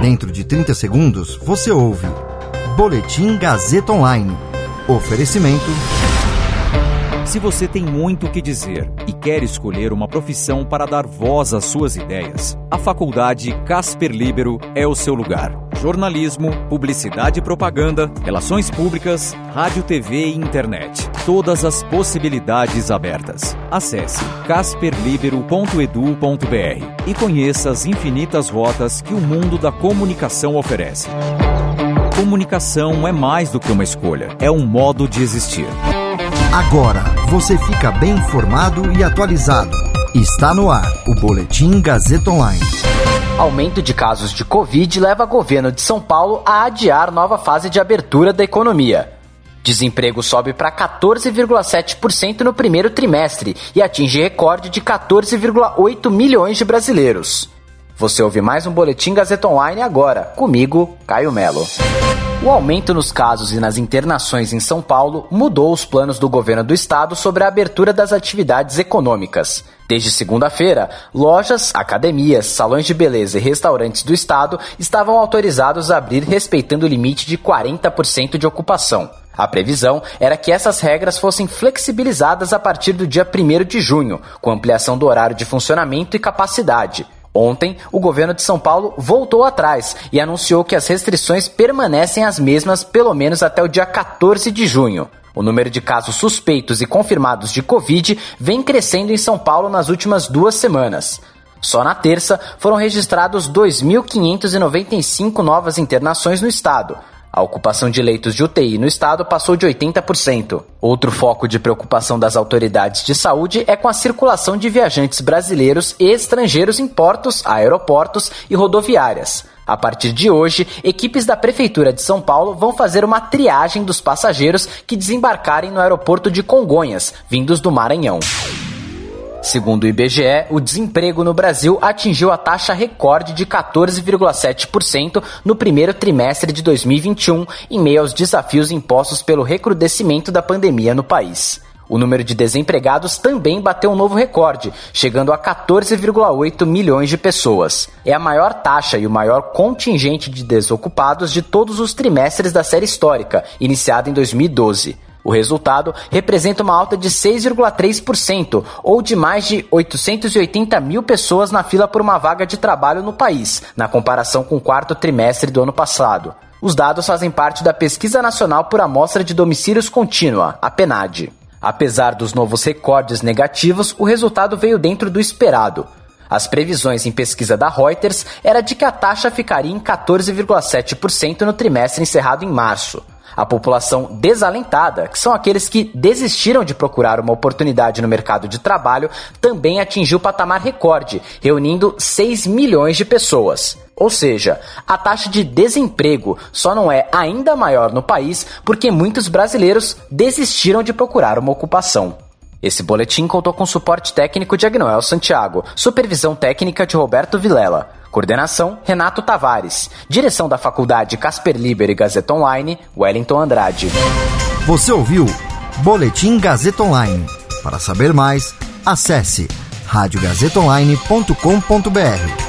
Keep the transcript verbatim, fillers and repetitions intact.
Dentro de trinta segundos, você ouve Boletim Gazeta Online. Oferecimento... Se você tem muito o que dizer e quer escolher uma profissão para dar voz às suas ideias, a Faculdade Casper Líbero é o seu lugar. Jornalismo, publicidade e propaganda, relações públicas, rádio, T V e internet. Todas as possibilidades abertas. Acesse casper libero ponto edu ponto br e conheça as infinitas rotas que o mundo da comunicação oferece. Comunicação é mais do que uma escolha, é um modo de existir. Agora você fica bem informado e atualizado. Está no ar o Boletim Gazeta Online. Aumento de casos de Covid leva o governo de São Paulo a adiar nova fase de abertura da economia. Desemprego sobe para quatorze vírgula sete por cento no primeiro trimestre e atinge recorde de quatorze vírgula oito milhões de brasileiros. Você ouve mais um Boletim Gazeta Online agora, comigo, Caio Melo. O aumento nos casos e nas internações em São Paulo mudou os planos do governo do estado sobre a abertura das atividades econômicas. Desde segunda-feira, lojas, academias, salões de beleza e restaurantes do estado estavam autorizados a abrir respeitando o limite de quarenta por cento de ocupação. A previsão era que essas regras fossem flexibilizadas a partir do dia primeiro de junho, com ampliação do horário de funcionamento e capacidade. Ontem, o governo de São Paulo voltou atrás e anunciou que as restrições permanecem as mesmas pelo menos até o dia quatorze de junho. O número de casos suspeitos e confirmados de Covid vem crescendo em São Paulo nas últimas duas semanas. Só na terça foram registrados dois mil quinhentas e noventa e cinco novas internações no estado. A ocupação de leitos de U T I no estado passou de oitenta por cento. Outro foco de preocupação das autoridades de saúde é com a circulação de viajantes brasileiros e estrangeiros em portos, aeroportos e rodoviárias. A partir de hoje, equipes da Prefeitura de São Paulo vão fazer uma triagem dos passageiros que desembarcarem no aeroporto de Congonhas, vindos do Maranhão. Segundo o I B G E, o desemprego no Brasil atingiu a taxa recorde de quatorze vírgula sete por cento no primeiro trimestre de dois mil e vinte e um, em meio aos desafios impostos pelo recrudescimento da pandemia no país. O número de desempregados também bateu um novo recorde, chegando a quatorze vírgula oito milhões de pessoas. É a maior taxa e o maior contingente de desocupados de todos os trimestres da série histórica, iniciada em dois mil e doze. O resultado representa uma alta de seis vírgula três por cento, ou de mais de oitocentas e oitenta mil pessoas na fila por uma vaga de trabalho no país, na comparação com o quarto trimestre do ano passado. Os dados fazem parte da Pesquisa Nacional por Amostra de Domicílios Contínua, a PNAD. Apesar dos novos recordes negativos, o resultado veio dentro do esperado. As previsões em pesquisa da Reuters era de que a taxa ficaria em quatorze vírgula sete por cento no trimestre encerrado em março. A população desalentada, que são aqueles que desistiram de procurar uma oportunidade no mercado de trabalho, também atingiu o patamar recorde, reunindo seis milhões de pessoas. Ou seja, a taxa de desemprego só não é ainda maior no país porque muitos brasileiros desistiram de procurar uma ocupação. Esse boletim contou com suporte técnico de Agnoel Santiago, supervisão técnica de Roberto Vilela. Coordenação, Renato Tavares. Direção da Faculdade Casper Líbero e Gazeta Online, Wellington Andrade. Você ouviu Boletim Gazeta Online. Para saber mais, acesse rádio gazeta online ponto com ponto br.